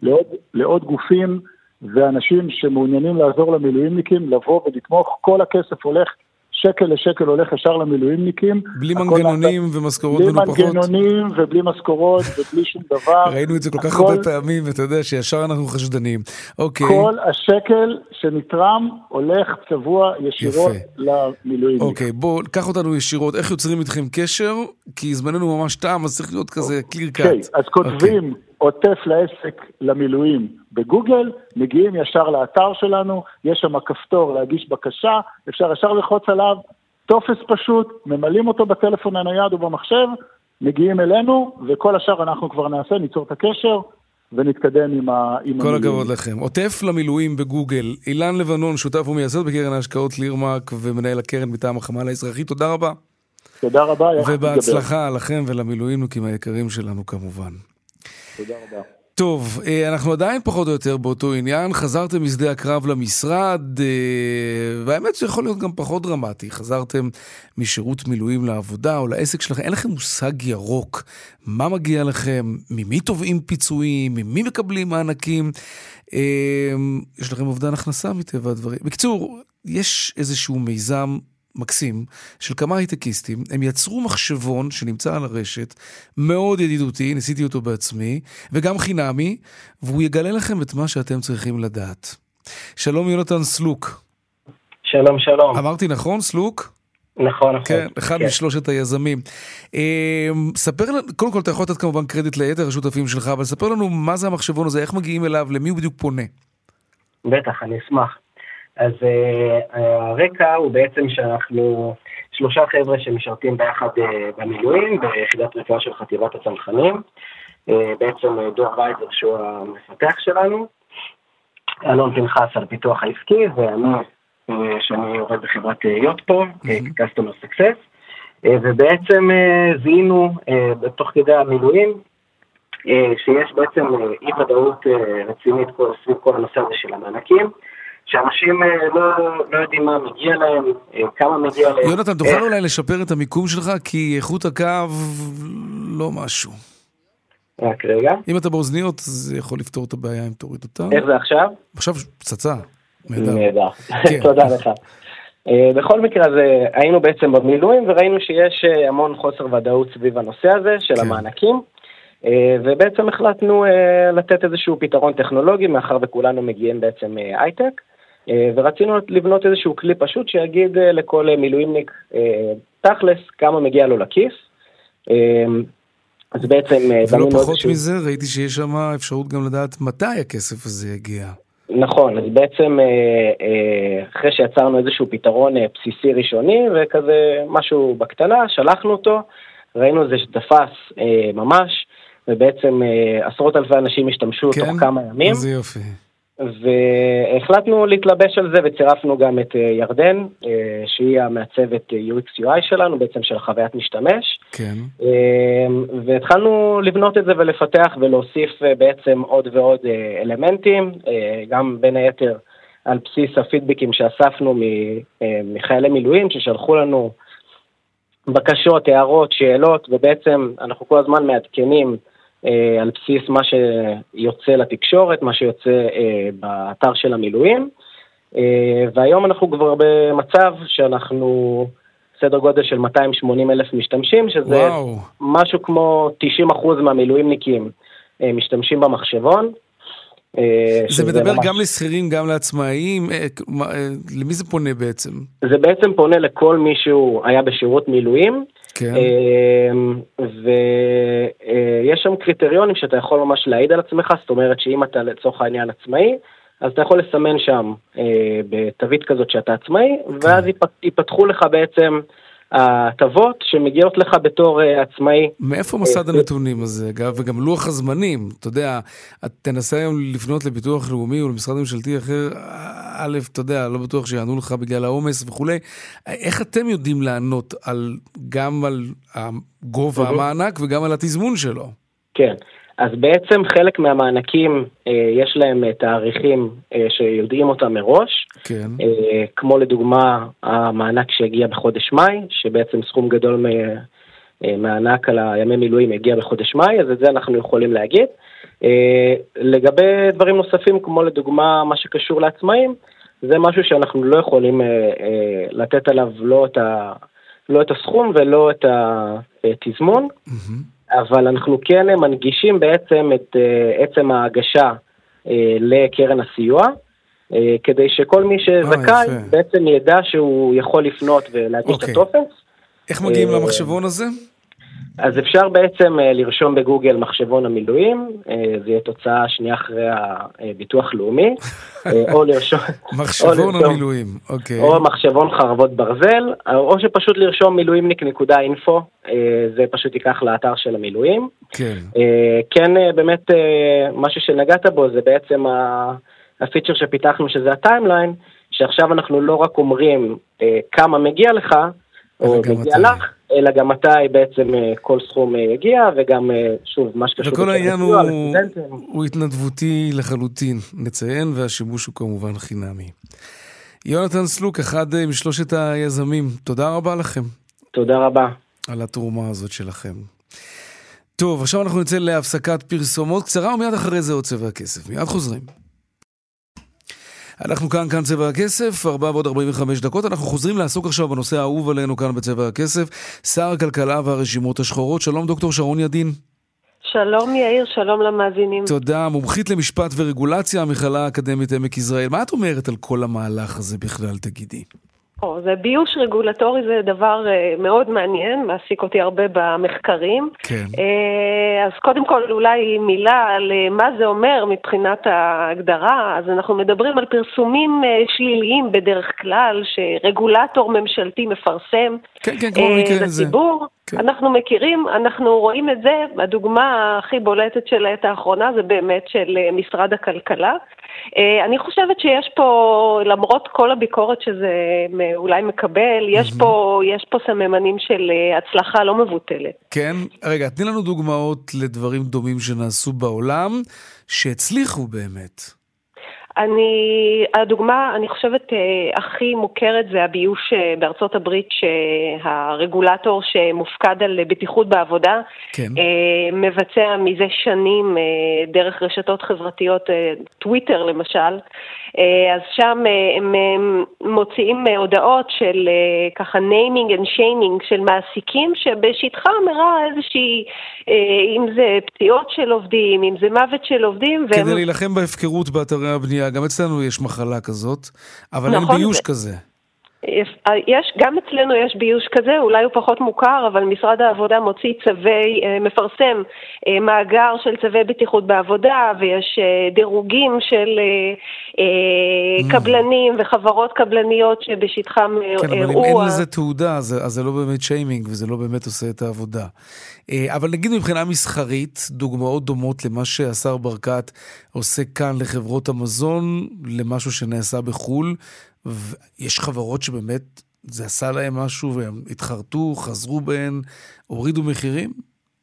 לעוד גופים ואנשים שמעוניינים לעזור למילואימניקים, לבוא ולתמוך, כל הכסף הולך, שקל לשקל הולך ישר למילואימניקים. בלי מנגנונים ומשכורות מנופחות. בלי מנגנונים ובלי משכורות ובלי שום דבר. ראינו את זה כל כך הרבה פעמים, ואתה יודע שישר אנחנו חשדנים. אוקיי. כל השקל שנתרם הולך צבוע ישירות למילואימניקים. אוקיי, בוא, קח אותנו ישירות. איך יוצרים איתכם קשר? כי זמננו ממש טעם, אז צריך להיות כזה קליר קאט. אוקיי, אז כותבים עוטף לעסק למילואים בגוגל, מגיעים ישר לאתר שלנו, יש שם כפתור להגיש בקשה, אפשר ישר לחוץ עליו, טופס פשוט, ממלאים אותו בטלפון הנייד או במחשב, מגיעים אלינו, וכל השאר אנחנו כבר נעשה, ניצור את הקשר, ונתקדם עם המילואים. כל הכבוד לכם. עוטף למילואים בגוגל, אילן לבנון, שותף ומייסד בקרן ההשקעות לירמק, ומנהל הקרן מטעם החמ"ל האזרחי. תודה רבה. תודה רבה. ובהצלחה לכם ולמילואימניקים היקרים שלנו כמובן. תודה רבה. טוב, אנחנו עדיין פחות או יותר באותו עניין, חזרתם משדה הקרב למשרד, והאמת שיכול להיות גם פחות דרמטי, חזרתם משירות מילואים לעבודה או לעסק שלכם, אין לכם מושג ירוק, מה מגיע לכם, ממי תובעים פיצויים, ממי מקבלים מענקים, יש לכם אובדן הכנסה מטבע הדברים. בקיצור, יש איזשהו מיזם מקסים של כמה הייטקיסטים, הם יצרו מחשבון שנמצא על הרשת, מאוד ידידותי, ניסיתי אותו בעצמי, וגם חינמי, והוא יגלה לכם את מה שאתם צריכים לדעת. שלום יונתן סלוק. שלום, שלום. אמרתי נכון, סלוק? נכון. כן, אחד משלושת היזמים. ספר לנו, קודם כל אתה יכול לתת כמובן קרדיט ליתר השותפים שלך, אבל ספר לנו מה זה המחשבון הזה, איך מגיעים אליו, למי הוא בדיוק פונה. בטח, אני אשמח. אז הרקע הוא בעצם שאנחנו 3 חבר'ה שמשרתים ביחד במילואים, ביחידת רפואה של חטיבת הצנחנים, בעצם דור וייזר שהוא המפתח שלנו, אלון פנחס על פיתוח העסקי, ואני שאני עובד בחברת יוטפו, Customer Success, ובעצם זיהינו בתוך כדי המילואים, שיש בעצם אי ודאות רצינית סביב כל הנושא הזה של המענקים, שאנשים לא יודעים מה מגיע להם, כמה מגיע להם. יונתן, תוכל אולי לשפר את המיקום שלך, כי איכות הקו לא משהו. רק רגע. אם אתה באוזניות, זה יכול לפתור את הבעיה אם תוריד אותה. איך זה עכשיו? עכשיו פצצה. נהדר. תודה לך. בכל מקרה, היינו בעצם במילואים, וראינו שיש המון חוסר ודאות סביב הנושא הזה, של המענקים. ובעצם החלטנו לתת איזשהו פתרון טכנולוגי, מאחר וכולנו מגיעים בעצם הייטק, ורצינו לבנות איזשהו כלי פשוט שיגיד לכל מילואימניק תכלס כמה מגיע לו לכיס. אז בעצם ולא פחות מזה, ראיתי שיש שם אפשרות גם לדעת מתי הכסף הזה יגיע. נכון, אז בעצם אחרי שיצרנו איזשהו פתרון בסיסי ראשוני, וכזה משהו בקטנה, שלחנו אותו, ראינו זה שתפס ממש, ובעצם 10,000 אנשים השתמשו תוך כמה ימים. זה יופי. והחלטנו להתלבש על זה, וצירפנו גם את ירדן, שהיא המעצבת UX UI שלנו, בעצם של חוויית משתמש. כן. והתחלנו לבנות את זה ולפתח ולהוסיף בעצם עוד ועוד אלמנטים, גם בין היתר על בסיס הפידבקים שאספנו מחיילי מילואים, ששלחו לנו בקשות, הערות, שאלות, ובעצם אנחנו כל הזמן מעדכנים על בסיס מה שיוצא לתקשורת, מה שיוצא באתר של המילואים, והיום אנחנו כבר במצב שאנחנו סדר גודל של 280,000 משתמשים, שזה משהו כמו 90% מהמילואימניקים משתמשים במחשבון. זה מדבר גם לשכירים, גם לעצמאיים, למי זה פונה בעצם? זה בעצם פונה לכל מישהו היה בשירות מילואים, כן. ויש שם קריטריונים שאתה יכול ממש להעיד על עצמך, זאת אומרת שאם אתה לצורך העניין עצמאי, אז אתה יכול לסמן שם בתווית כזאת שאתה עצמאי, ואז ייפתחו לך בעצם ההטבות שמגיעות לך בתור עצמאי. מאיפה מסד הנתונים הזה, אגב, וגם לוח הזמנים? אתה יודע, תנסה היום לפנות לביטוח לאומי או למשרד ממשלתי אחר, א', אתה יודע, לא בטוח שיענו לך בגלל העומס וכולי. איך אתם יודעים לענות גם על גובה המענק וגם על התזמון שלו? כן. אז בעצם חלק מהמענקים יש להם תאריכים שיודעים אותם מראש, כן. כמו לדוגמה המענק שהגיע בחודש מאי, שבעצם סכום גדול מהענק על הימי מילואים הגיע בחודש מאי, אז את זה אנחנו יכולים להגיד. לגבי דברים נוספים, כמו לדוגמה מה שקשור לעצמאים, זה משהו שאנחנו לא יכולים לתת עליו לא את הסכום ולא את התזמון, אבל אנחנו כן מנגישים בעצם את עצם ההגשה לקרן הסיוע, כדי שכל מי שזכאי בעצם ידע שהוא יכול לפנות ולהגיש את הטופס. איך מגיעים למחשבון הזה? אז אפשר בעצם לרשום בגוגל מחשבון המילואים, זה יהיה תוצאה שנייה אחרי הביטוח לאומי, או לרשום... מחשבון המילואים, אוקיי. או מחשבון חרבות ברזל, או שפשוט לרשום מילואימניק.info, זה פשוט ייקח לאתר של המילואים. כן. כן, באמת, משהו שנגעת בו, זה בעצם הפיצ'ר שפיתחנו, שזה הטיימליין, שעכשיו אנחנו לא רק אומרים כמה מגיע לך, או מגיע לך, אלא גם מתי בעצם כל סכום יגיע, וגם שוב, מה שקשור... וכל העניין הוא התנדבותי לחלוטין, נציין, והשימוש הוא כמובן חינמי. יונתן סלוק, אחד משלושת היזמים, תודה רבה לכם. תודה רבה. על התרומה הזאת שלכם. טוב, עכשיו אנחנו נצא להפסקת פרסומות קצרה, ומיד אחרי זה עוד צבע הכסף. מיד חוזרים. אנחנו כאן צבע הכסף, 4:45. אנחנו חוזרים לעסוק עכשיו בנושא האהוב עלינו כאן בצבע הכסף, שר הכלכלה והרשימות השחורות. שלום דוקטור שרון ידין. שלום יאיר, שלום למאזינים. תודה, מומחית למשפט ורגולציה, המכללה האקדמית עמק יזרעאל. מה את אומרת על כל המהלך הזה בכלל, תגידי? זה ביוש רגולטורי, זה דבר מאוד מעניין, מעסיק אותי הרבה במחקרים. כן. אז קודם כל אולי מילה על מה זה אומר מבחינת ההגדרה. אז אנחנו מדברים על פרסומים שליליים בדרך כלל, שרגולטור ממשלתי מפרסם לציבור. כן. אנחנו מכירים, אנחנו רואים את זה, הדוגמה הכי בולטת של העת האחרונה זה באמת של משרד הכלכלה. אני חושבת שיש פה, למרות כל הביקורת שזה אולי מקבל, יש פה סממנים של הצלחה לא מבוטלת. כן, רגע, תני לנו דוגמאות לדברים דומים שנעשו בעולם, שהצליחו באמת. הדוגמה, אני חושבת, הכי מוכרת זה הביוש בארצות הברית, שהרגולטור שמופקד על בטיחות בעבודה, כן. מבצע מזה שנים דרך רשתות חברתיות, טוויטר למשל, אז שם הם מוציאים הודעות של ככה naming and shaming של מעסיקים, שבשטחה מראה איזושהי, אם זה פציעות של עובדים, אם זה מוות של עובדים. כדי להילחם בהפקרות באתרי הבנייה, גם אצלנו יש מחלה כזאת, אבל אין ביוש כזה. גם אצלנו יש ביוש כזה, אולי הוא פחות מוכר, אבל משרד העבודה מוציא מפרסם מאגר של צווי בטיחות בעבודה, ויש דירוגים של קבלנים וחברות קבלניות שבשטחם כן, אבל אם אין לזה תעודה, אז זה לא באמת שיימינג, וזה לא באמת עושה את העבודה. אבל נגיד מבחינה מסחרית, דוגמאות דומות למה שהשר ברקת עושה כאן לחברות המזון, למשהו שנעשה בחול, ויש חברות שבאמת זה עשה להם משהו והם התחרטו, חזרו בהן, הורידו מחירים?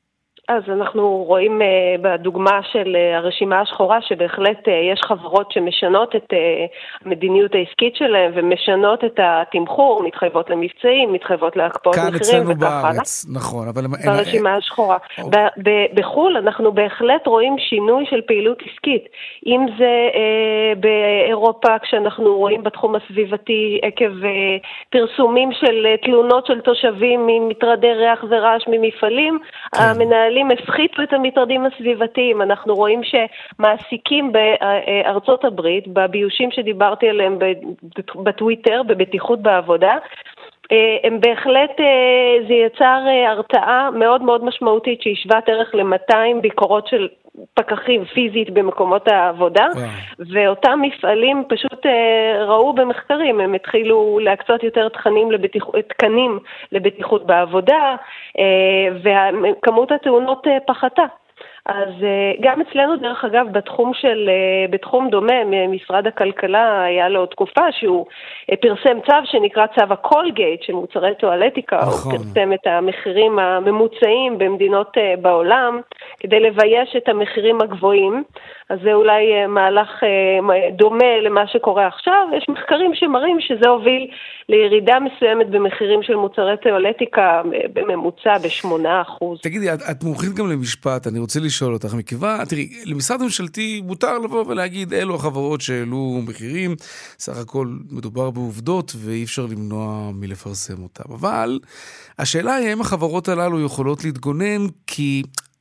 אז אנחנו רואים בדוגמה של הרשימה השחורה שבהחלט יש חברות שמשנות את המדיניות העסקית שלהם ומשנות את התמחור, מתחייבות למבצעים, מתחייבות להקפאות מחירים וכך הלאה. כאן אצלנו בארץ, נכון. ברשימה השחורה. בחול אנחנו בהחלט רואים שינוי של פעילות עסקית. אם זה באירופה, כשאנחנו רואים בתחום הסביבתי עקב פרסומים של תלונות של תושבים ממטרדי ריח ורעש ממפעלים, המנהלים הפחיתו את המטרדים הסביבתיים. אנחנו רואים שמעסיקים בארצות הברית, בביושים שדיברתי עליהם בטוויטר, בבטיחות בעבודה, הם בהחלט, זה יצר הרתעה מאוד מאוד משמעותית שהשוואת ערך ל-200 ביקורות של פקחים פיזית במקומות העבודה, ואותם מפעלים פשוט ראו במחקרים, הם התחילו להקצות יותר תקנים לבטיחות בעבודה, וכמות התאונות פחתה. אז גם אצלנו דרך אגב בתחום דומה, משרד הכלכלה היה לו תקופה שהוא פרסם צו שנקרא צו הקולגייט של מוצרי טואלטיקה, הוא פרסם את המחירים הממוצעים במדינות בעולם כדי לבייש את המחירים הגבוהים. אז זה אולי מהלך דומה למה שקורה עכשיו. יש מחקרים שמראים שזה הוביל לירידה מסוימת במחירים של מוצרי טואלטיקה בממוצע ב8%. תגידי, את מומחית גם למשפט, אני רוצה לשאול אותך מכיוון, תראי, למשרד ממשלתי מותר לבוא ולהגיד, אלו החברות שהעלו מחירים, סך הכל מדובר בעובדות ואי אפשר למנוע מלפרסם אותם. אבל השאלה היא, האם החברות הללו יכולות להתגונן, כי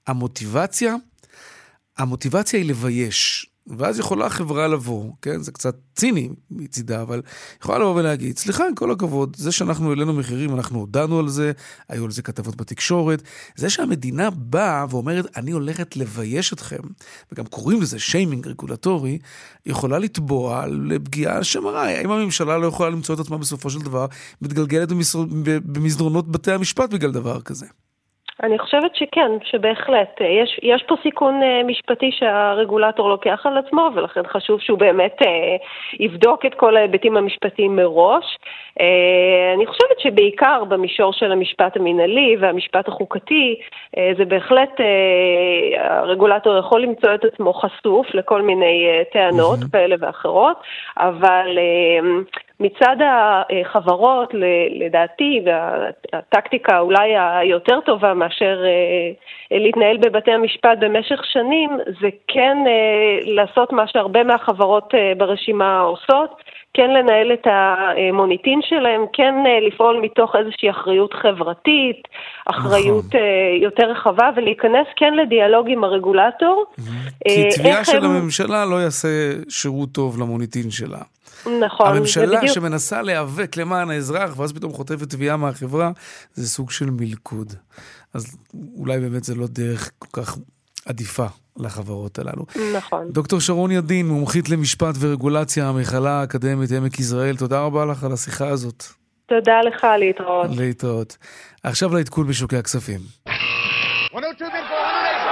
המוטיבציה היא לבייש, ואז יכולה חברה לבוא, כן? זה קצת ציני מצידה, אבל יכולה לבוא ולהגיד, סליחה, עם כל הכבוד, זה שאנחנו העלינו מחירים, אנחנו הודענו על זה, היו על זה כתבות בתקשורת, זה שהמדינה באה ואומרת, אני הולכת לבייש אתכם, וגם קוראים לזה שיימינג רגולטורי, יכולה לתבוע לפגיעה שמראה, האם הממשלה לא יכולה למצוא את עצמה בסופו של דבר, מתגלגלת במסדרונות בתי המשפט בגלל דבר כזה? אני חושבת שכן, שבהחלט. יש פה סיכון משפטי שהרגולטור לוקח על עצמו, ולכן חשוב שהוא באמת יבדוק את כל ההיבטים המשפטיים מראש. אני חושבת שבעיקר במישור של המשפט המנהלי והמשפט החוקתי, זה בהחלט, הרגולטור יכול למצוא את עצמו חשוף לכל מיני טענות כאלה ואחרות, אבל מצד החברות, לדעתי, והטקטיקה אולי היותר טובה מאשר להתנהל בבתי המשפט במשך שנים, זה כן לעשות מה שהרבה מהחברות ברשימה עושות, כן לנהל את המוניטין שלהם, כן לפעול מתוך איזושהי אחריות חברתית, אחריות יותר רחבה, ולהיכנס כן לדיאלוג עם הרגולטור. כי תביעה של הממשלה לא יעשה שירות טוב למוניטין שלה. נכון. הממשלה שמנסה להיאבק למען האזרח, ואז פתאום חוטפת תביעה מהחברה, זה סוג של מלכוד. אז אולי באמת זה לא דרך כל כך עדיפה לחברות הללו. נכון. דוקטור שרון ידין, מומחית למשפט ורגולציה, המכללה האקדמית עמק יזרעאל, תודה רבה לך על השיחה הזאת. תודה לך, להתראות. להתראות. עכשיו לעדכון בשוקי הכספים. 102 bid for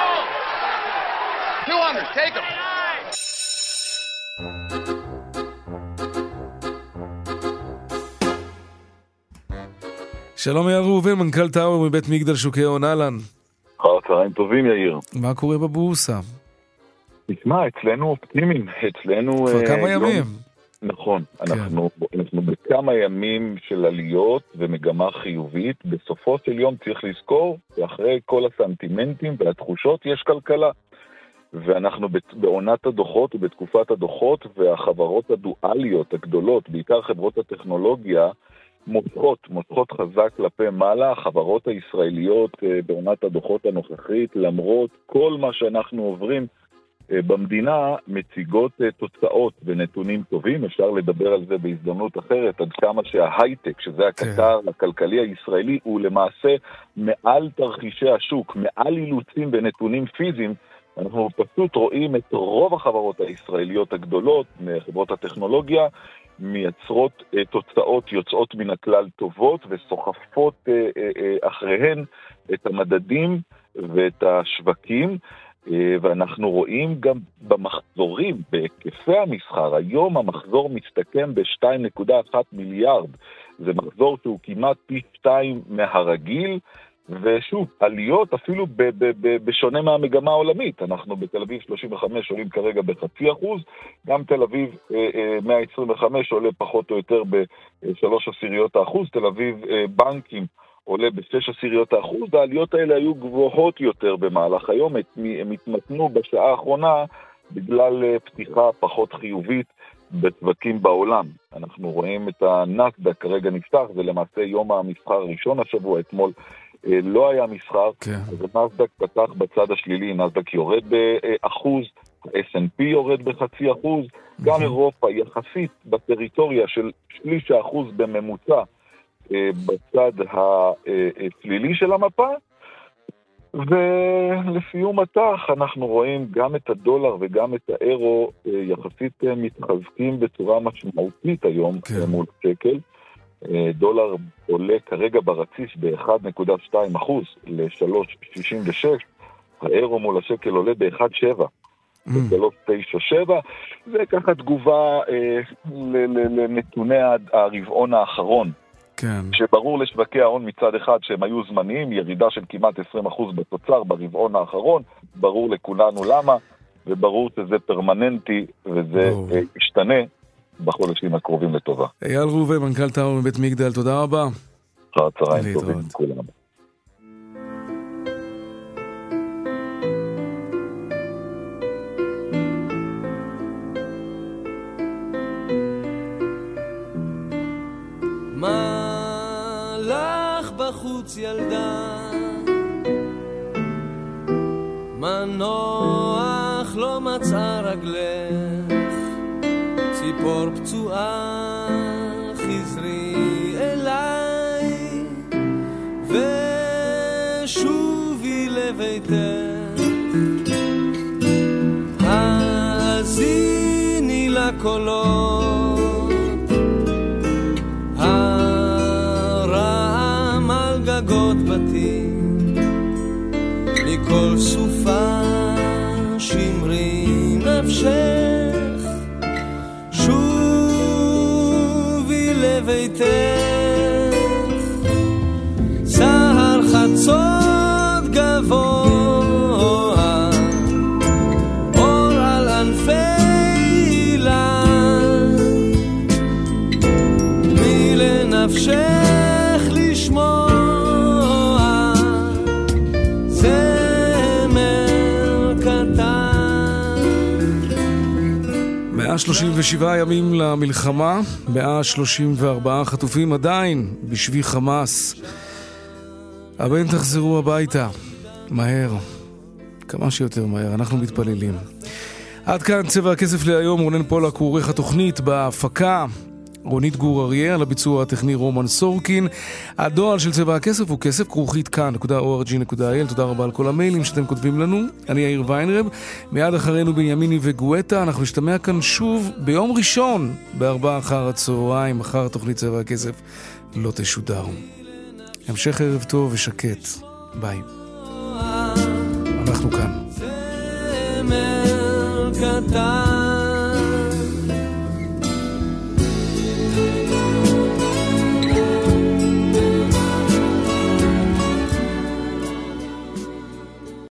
100, 200, take them. שלום יאיר ראובן, מנכ"ל טאואר מבית מגדל שוקי הון, אהלן. צהריים טובים יאיר. מה קורה בבורסה? תשמע, אצלנו אופטימיים, אצלנו... כבר כמה ימים. נכון, אנחנו בכמה ימים של עליות ומגמה חיובית. בסופו של יום צריך לזכור שאחרי כל הסנטימנטים והתחושות יש כלכלה. ואנחנו בעונת הדוחות ובתקופת הדוחות, והחברות הדואליות הגדולות, בעיקר חברות הטכנולוגיה, מותחות חזק כלפי מעלה. החברות הישראליות בעונת הדוחות הנוכחית, למרות כל מה שאנחנו עוברים במדינה, מציגות תוצאות ונתונים טובים. אפשר לדבר על זה בהזדמנות אחרת, עד כמה שההייטק, שזה הקטר הכלכלי הישראלי, הוא למעשה מעל תרחישי השוק, מעל אילוצים ונתונים פיזיים. אנחנו פשוט רואים את רוב החברות הישראליות הגדולות, חברות הטכנולוגיה, מייצרות תוצאות יוצאות מן הכלל טובות וסוחפות אחריהן את המדדים ואת השווקים, ואנחנו רואים גם במחזורים, בהיקפי המסחר. היום המחזור מסתכם ב-2.1 מיליארד. זה מחזור שהוא כמעט פי 2 מהרגיל, ושוב, עליות אפילו בשונה מהמגמה העולמית. אנחנו בתל אביב 35 עולים כרגע ב0.5%, גם תל אביב 125 עולה פחות או יותר ב3%, תל אביב בנקים עולה ב6%, העליות האלה היו גבוהות יותר במהלך היום, הם התמתנו בשעה האחרונה בגלל פתיחה פחות חיובית בשווקים בעולם. אנחנו רואים את הנסדק כרגע נפתח, זה למעשה יום המסחר הראשון השבוע, אתמול לא היה מסחר, אז הנסדק פתח בצד השלילי, נסדק יורד ב1%, ה-S&P יורד ב0.5%, גם אירופה יחסית בטריטוריה של 0.5% בממוצע בצד השלילי של המפה, ולסיום התח אנחנו רואים גם את הדולר וגם את האירו יחסית מתחזקים בצורה משמעותית היום מול שקל. דולר עולה כרגע ברציף ב-1.2% ל-3.66, האירו מול השקל עולה ב-1.7 ב-3.97, זה ככה תגובה לנתוני הרבעון האחרון. כן. שברור לשווקי ההון מצד אחד שהם היו זמניים, ירידה של כמעט 20% בתוצר ברבעון האחרון, ברור לכולנו למה, וברור שזה פרמננטי וזה ישתנה בחודשים הקרובים לטובה. אייל ראובן, מנכ"ל טאור מבית מגדל, תודה רבה. אחר צהריים טובים לכולם. בחוץ ילדה מנוח לא מצא רגלך ציפור פצועה חזרי אליי ושובי לביתך האזיני לקולות גגות בתים מכל סופה שמרי נפשך שובי לביתך סהר חצות גבוה אור על ענפי אילן מי לנפשך לשמור 137 ימים למלחמה, 134 חטופים עדיין בשבי חמאס. הבן תחזרו הביתה, מהר, כמה שיותר מהר, אנחנו מתפללים. עד כאן צבע הכסף להיום, רונן פולק הוא עורך התוכנית בהפקה, רונית גור אריה, על הביצוע הטכני רומן סורקין. הדואל של צבע הכסף הוא כסף@כאן.org.il. תודה רבה על כל המיילים שאתם כותבים לנו. אני יאיר ויינרב, מיד אחרינו בנימיני וגואטה. אנחנו נשתמע כאן שוב ביום ראשון ב16:00. מחר תוכנית צבע הכסף לא תשודר. המשך ערב טוב ושקט. ביי. אנחנו כאן.